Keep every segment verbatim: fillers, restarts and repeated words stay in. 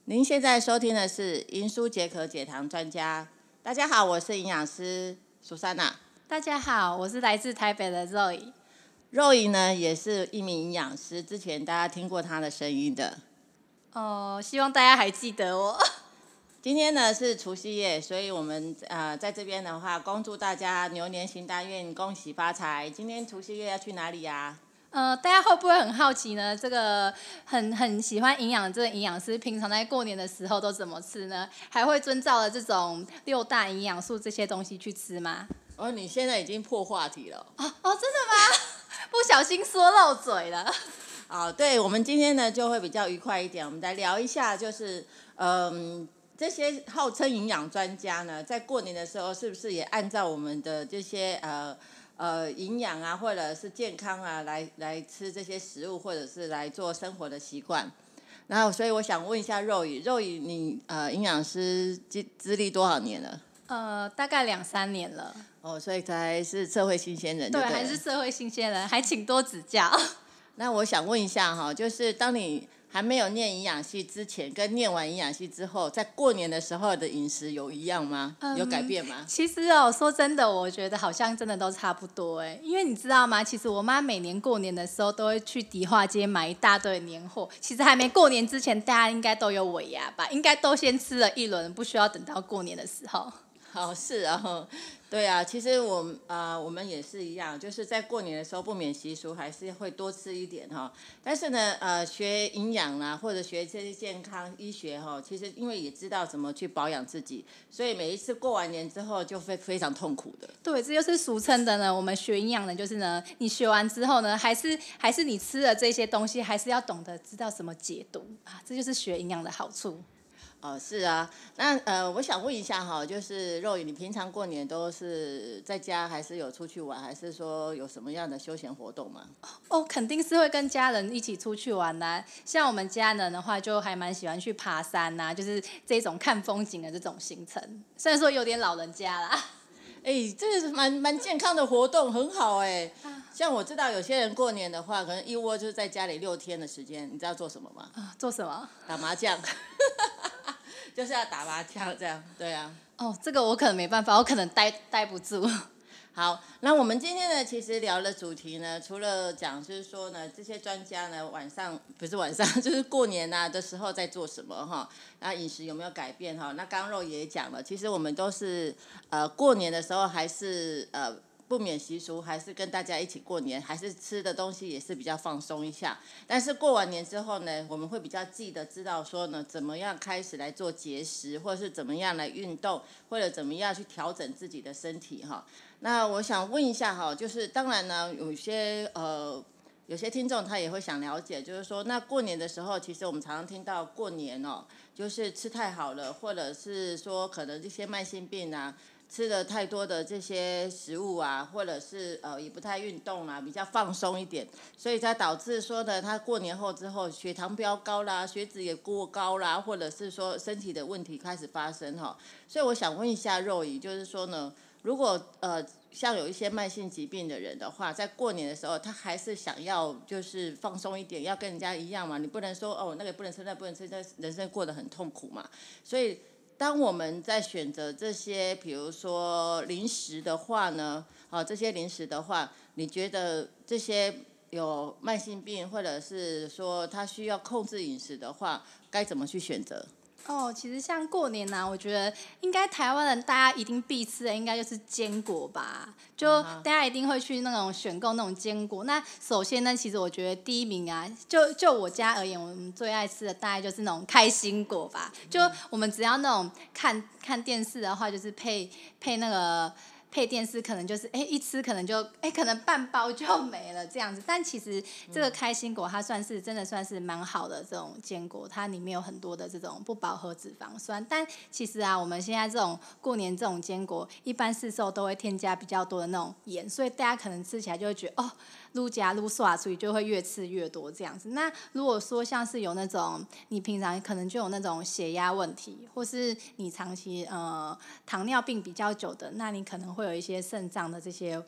您现在收听的是营蔬解渴解糖专家。大家好，我是营养师苏珊娜。 大家好，我是来自台北的 Zoe。 Zoe 呢也是一名营养师，之前大家听过她的声音的。 哦、希望大家还记得我。 今天呢是除夕夜，所以我们呃在这边的话，恭祝大家牛年行大运，恭喜发财。今天除夕夜要去哪里呀、 呃，大家会不会很好奇呢？这个很很喜欢营养的这个营养师，平常在过年的时候都怎么吃呢？还会遵照了这种六大营养素这些东西去吃吗？ 哦，你现在已经破话题了。 哦哦，真的吗？不小心说漏嘴了。 啊、对，我们今天呢就会比较愉快一点，我们来聊一下，就是嗯，这些号称营养专家呢，在过年的时候是不是也按照我们的这些呃呃营养啊，或者是健康啊，来来吃这些食物，或者是来做生活的习惯？然后，所以我想问一下肉宇，肉宇你呃营养师资资历多少年了？ 呃，大概两三年了。 哦，所以才是社会新鲜人就对， 对了。 还是社会新鲜人，还请多指教。 那我想问一下哈，就是当你还没有念营养系之前，跟念完营养系之后，在过年的时候的饮食有一样吗？ 嗯有改变吗？ 其实哦，说真的，我觉得好像真的都差不多哎，因为你知道吗？其实我妈每年过年的时候都会去迪化街买一大堆年货。其实还没过年之前，大家应该都有尾牙吧？应该都先吃了一轮，不需要等到过年的时候。 哦，是啊，对啊，其实我们啊、呃，我们也是一样，就是在过年的时候不免习俗，还是会多吃一点哈。但是呢，呃，学营养啦，或者学这些健康医学哈，其实因为也知道怎么去保养自己，所以每一次过完年之后就会非常痛苦的。 对，这就是俗称的呢。我们学营养的，就是呢，你学完之后呢，还是还是你吃了这些东西，还是要懂得知道怎么解毒啊，这就是学营养的好处。 哦，是啊，那呃，我想问一下哈，就是肉宇，你平常过年都是在家，还是有出去玩，还是说有什么样的休闲活动吗？ 哦，肯定是会跟家人一起出去玩呐、像我们家人的话，就还蛮喜欢去爬山呐、就是这种看风景的这种行程。虽然说有点老人家啦。 哎，这是蛮蛮健康的活动，很好哎。像我知道有些人过年的话，可能一窝就是在家里六天的时间，你知道做什么吗？ 啊，做什么？ 打麻将，就是要打麻将这样，对啊。 哦，这个我可能没办法，我可能待待不住。 好，那我们今天呢，其实聊的主题呢，除了讲就是说呢，这些专家呢，晚上不是晚上，就是过年啊的时候在做什么哈，那饮食有没有改变哈？那刚肉也讲了，其实我们都是呃过年的时候还是呃。不免习俗，还是跟大家一起过年，还是吃的东西也是比较放松一下。但是过完年之后呢，我们会比较记得知道说呢，怎么样开始来做节食，或者是怎么样来运动，或者怎么样去调整自己的身体哈。那我想问一下哈，就是当然呢，有些呃，有些听众他也会想了解，就是说，那过年的时候，其实我们常常听到过年哦，就是吃太好了，或者是说可能这些慢性病啊，吃了太多的这些食物啊，或者是呃也不太运动啦、啊，比较放松一点，所以才导致说呢，他过年后之后血糖飙高啦，血脂也过高啦，或者是说身体的问题开始发生哈。所以我想问一下肉姨，就是说呢。如果呃像有一些慢性疾病的人的话，在过年的时候，他还是想要就是放松一点，要跟人家一样嘛，你不能说哦那个不能吃，那不能吃，那人生过得很痛苦嘛。所以当我们在选择这些，比如说零食的话呢，啊这些零食的话，你觉得这些有慢性病或者是说他需要控制饮食的话，该怎么去选择？ 哦，其实像过年呐、啊，我觉得应该台湾人大家一定必吃的，应该就是坚果吧。就大家一定会去那种选购那种坚果。那首先呢，其实我觉得第一名啊，就就我家而言，我们最爱吃的大概就是那种开心果吧。就我们只要那种看看电视的话，就是配配那个。配电视可能就是哎一吃可能就哎可能半包就没了这样子，但其实这个开心果它算是真的算是蛮好的这种坚果，它里面有很多的这种不饱和脂肪酸，但其实啊我们现在这种过年这种坚果，一般市售都会添加比较多的那种盐，所以大家可能吃起来就会觉得哦愈加愈刷，所以就会越吃越多这样子。那如果说像是有那种你平常可能就有那种血压问题，或是你长期呃糖尿病比较久的，那你可能会有一些肾脏的这些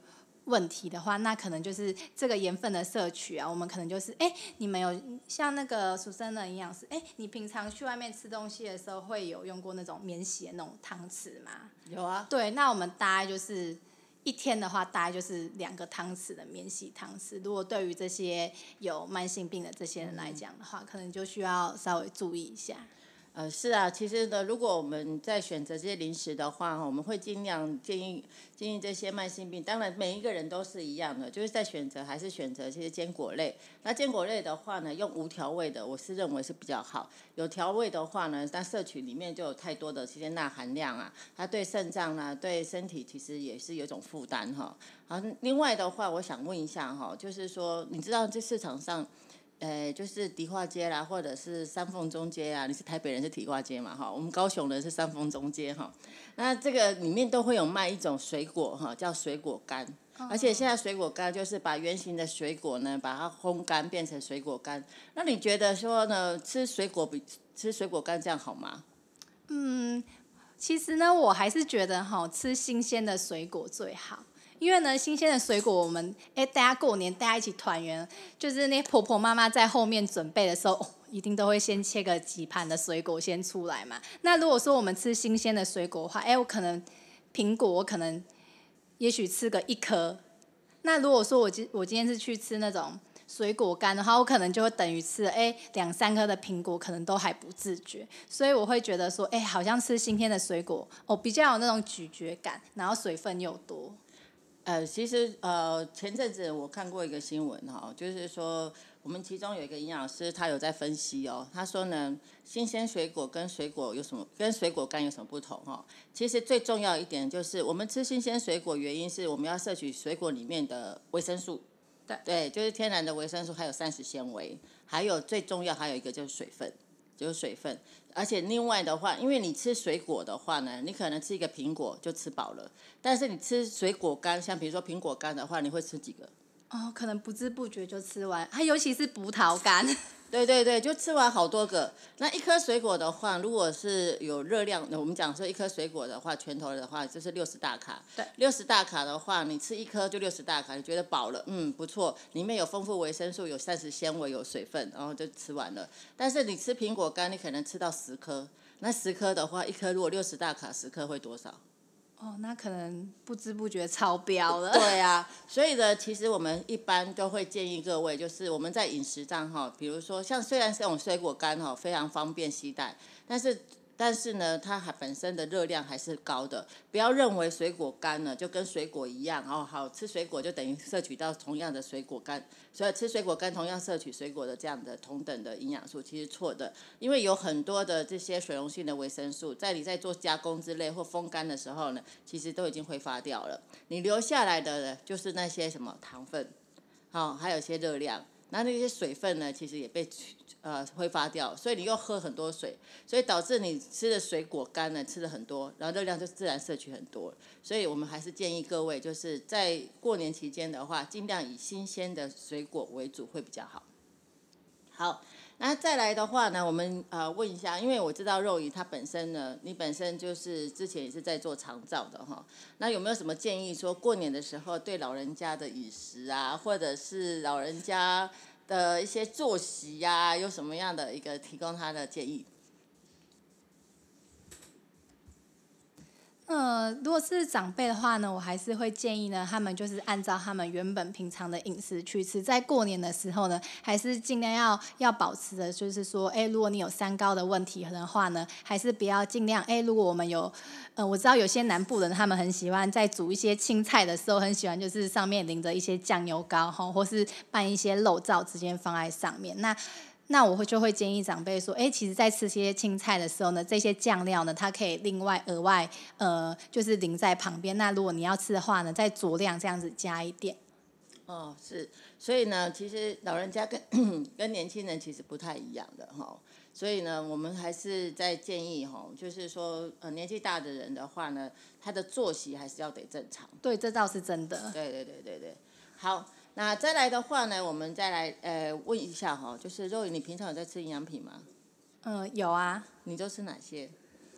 问题的话，那可能就是这个盐分的摄取啊，我们可能就是哎，你们有像那个苏珊的营养师，哎，你平常去外面吃东西的时候会有用过那种免洗的那种汤匙吗？ 有啊。 对，那我们大概就是一天的话，大概就是两个汤匙的免洗汤匙。如果对于这些有慢性病的这些人来讲的话，嗯、可能就需要稍微注意一下。 呃，是啊，其实呢，如果我们在选择这些零食的话，我们会尽量建议建议这些慢性病，当然每一个人都是一样的，就是在选择还是选择这些坚果类。那坚果类的话呢，用无调味的，我是认为是比较好。有调味的话呢，它摄取里面就有太多的这些钠含量啊，它对肾脏啊、对身体其实也是有一种负担哈。好，另外的话，我想问一下哈，就是说，你知道这市场上。呃，就是迪化街啦，或者是三凤中街啊。你是台北人是迪化街嘛？哈，我们高雄人是三凤中街哈。那这个里面都会有卖一种水果哈，叫水果干。哦、而且现在水果干就是把原型的水果呢，把它烘干变成水果干。那你觉得说呢，吃水果比吃水果干这样好吗？ 嗯，其实呢，我还是觉得哈，吃新鲜的水果最好。因为呢，新鲜的水果，我们哎，大家过年大家一起团圆，就是那些婆婆妈妈在后面准备的时候，哦、一定都会先切个几盘的水果先出来嘛。那如果说我们吃新鲜的水果的话，哎，我可能苹果我可能也许吃个一颗。那如果说我今我今天是去吃那种水果干的话，我可能就会等于吃了哎两三颗的苹果，可能都还不自觉。所以我会觉得说，哎，好像吃新鲜的水果哦，比较有那种咀嚼感，然后水分又多。 呃，其实呃，前阵子我看过一个新闻哈，就是说我们其中有一个营养师，他有在分析哦，他说呢，新鲜水果跟水果有什么，跟水果干有什么不同哈？其实最重要一点就是，我们吃新鲜水果，原因是我们要摄取水果里面的维生素， 对， 对，就是天然的维生素，还有膳食纤维，还有最重要还有一个就是水分。就是水分，而且另外的话，因为你吃水果的话呢，你可能吃一个苹果就吃饱了，但是你吃水果干，像比如说苹果干的话，你会吃几个？ 哦，可能不知不觉就吃完，它尤其是葡萄干。 对对对，就吃完好多个。那一颗水果的话，如果是有热量，我们讲说一颗水果的话，拳头的话就是六十大卡。 对。 六十大卡的话，你吃一颗就六十大卡，你觉得饱了，嗯，不错，里面有丰富维生素，有膳食纤维，有水分，然后就吃完了。但是你吃苹果干，你可能吃到十颗，那十颗的话，一颗如果六十大卡，十颗会多少？ 哦，那可能不知不觉超标了。 对啊，所以呢，其实我们一般都会建议各位，就是我们在饮食上哈，比如说像虽然这种水果干哈非常方便携带，但是但是呢，它还本身的热量还是高的。不要认为水果干呢就跟水果一样哦，好吃水果就等于摄取到同样的水果干，所以吃水果干同样摄取水果的这样的同等的营养素，其实错的。因为有很多的这些水溶性的维生素，在你在做加工之类或风干的时候呢，其实都已经挥发掉了。你留下来的就是那些什么糖分，好、哦，还有一些热量。那那些水分呢，其实也被呃挥发掉，所以你又喝很多水，所以导致你吃的水果干呢吃了很多，然后热量就自然摄取很多。所以我们还是建议各位，就是在过年期间的话，尽量以新鲜的水果为主会比较好。好，那再来的话呢，我们呃问一下，因为我知道肉姨她本身呢，你本身就是之前也是在做长照的哈，那有没有什么建议说过年的时候对老人家的饮食啊，或者是老人家的一些作息呀、啊，有什么样的一个提供他的建议？ 呃，如果是长辈的话呢，我还是会建议呢，他们就是按照他们原本平常的饮食去吃，在过年的时候呢，还是尽量要要保持的，就是说，哎，如果你有三高的问题的话呢，还是不要尽量，哎，如果我们有，呃，我知道有些南部人他们很喜欢在煮一些青菜的时候，很喜欢就是上面淋着一些酱油膏哈，或是拌一些肉燥直接放在上面，那。那我会就会建议长辈说，哎，其实，在吃这些青菜的时候呢，这些酱料呢，它可以另外额外，呃，就是淋在旁边。那如果你要吃的话呢，再酌量这样子加一点。 哦，是，所以呢，其实老人家跟跟年轻人其实不太一样的哈，所以呢，我们还是在建议哈，就是说，呃，年纪大的人的话呢，他的作息还是要得正常。 对，这倒是真的。 对对对对对，好。那再来的话呢，我们再来呃问一下哈，就是肉宇，你平常有在吃营养品吗？ 嗯、呃，有啊。 你都吃哪些？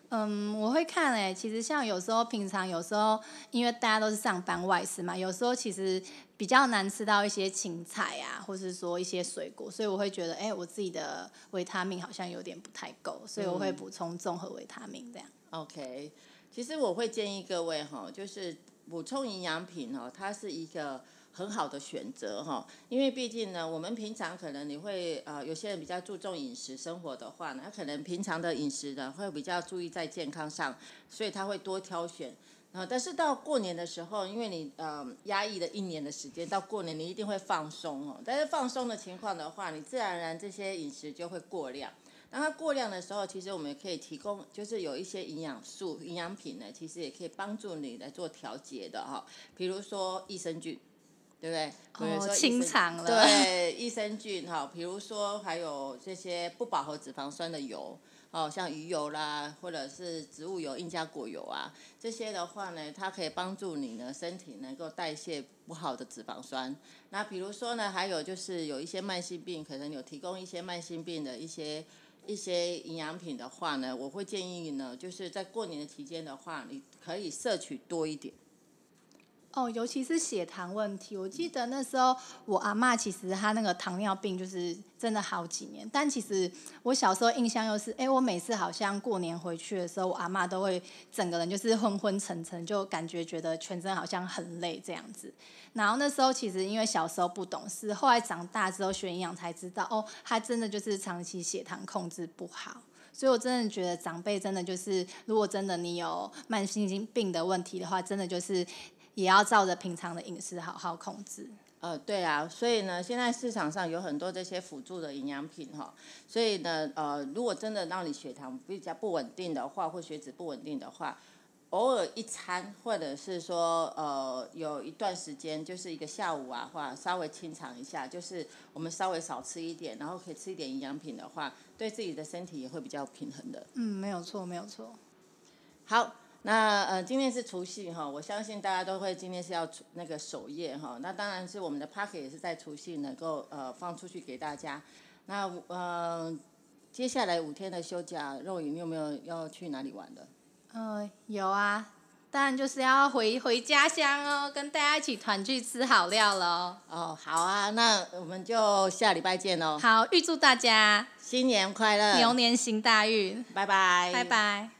嗯，我会看诶、欸，其实像有时候平常有时候因为大家都是上班外食嘛，有时候其实比较难吃到一些青菜啊，或是说一些水果，所以我会觉得哎、欸，我自己的维他命好像有点不太够，所以我会补充综合维他命这样。 OK， 其实我会建议各位哈，就是补充营养品哦，它是一个很好的选择哈，因为毕竟呢，我们平常可能你会呃，有些人比较注重饮食生活的话呢，他可能平常的饮食呢会比较注意在健康上，所以他会多挑选。啊、但是到过年的时候，因为你呃压抑了一年的时间，到过年你一定会放松哦。但是放松的情况的话，你自然而然这些饮食就会过量。当它过量的时候，其实我们也可以提供，就是有一些营养素、营养品呢，其实也可以帮助你来做调节的哈。比如说益生菌，对不对？比如哦， 说清肠了。 对，益生菌哈，比如说还有这些不饱和脂肪酸的油。哦，像鱼油啦，或者是植物油、印加果油啊，这些的话呢，它可以帮助你呢身体能够代谢不好的脂肪酸。那比如说呢，还有就是有一些慢性病，可能有提供一些慢性病的一些一些营养品的话呢，我会建议呢，就是在过年的期间的话，你可以摄取多一点。 哦，尤其是血糖问题，我记得那时候我阿嬷其实她那个糖尿病就是真的好几年，但其实我小时候印象又是，哎，我每次好像过年回去的时候，我阿嬷都会整个人就是昏昏沉沉，就感觉觉得全身好像很累这样子。然后那时候其实因为小时候不懂事，后来长大之后学营养才知道，哦，她真的就是长期血糖控制不好。所以我真的觉得长辈真的就是，如果真的你有慢性病的问题的话，真的就是也要照着平常的饮食好好控制。 呃，对啊，所以呢，现在市场上有很多这些辅助的营养品哈，所以呢，呃，如果真的让你血糖比较不稳定的话，或血脂不稳定的话，偶尔一餐，或者是说呃有一段时间，就是一个下午啊，或稍微清肠一下，就是我们稍微少吃一点，然后可以吃一点营养品的话，对自己的身体也会比较平衡的。 嗯，没有错，没有错。 好，那呃今天是除夕哈，我相信大家都会今天是要除那个守夜哈，那当然是我们的 Pocket 也是在除夕能够呃放出去给大家。那呃接下来五天的休假，肉颖你有没有要去哪里玩的？ 嗯，有啊，当然就是要回回家乡哦，跟大家一起团聚吃好料喽。 哦，好啊，那我们就下礼拜见喽。 好，预祝大家新年快乐， 牛年行大运， 拜拜， 拜拜。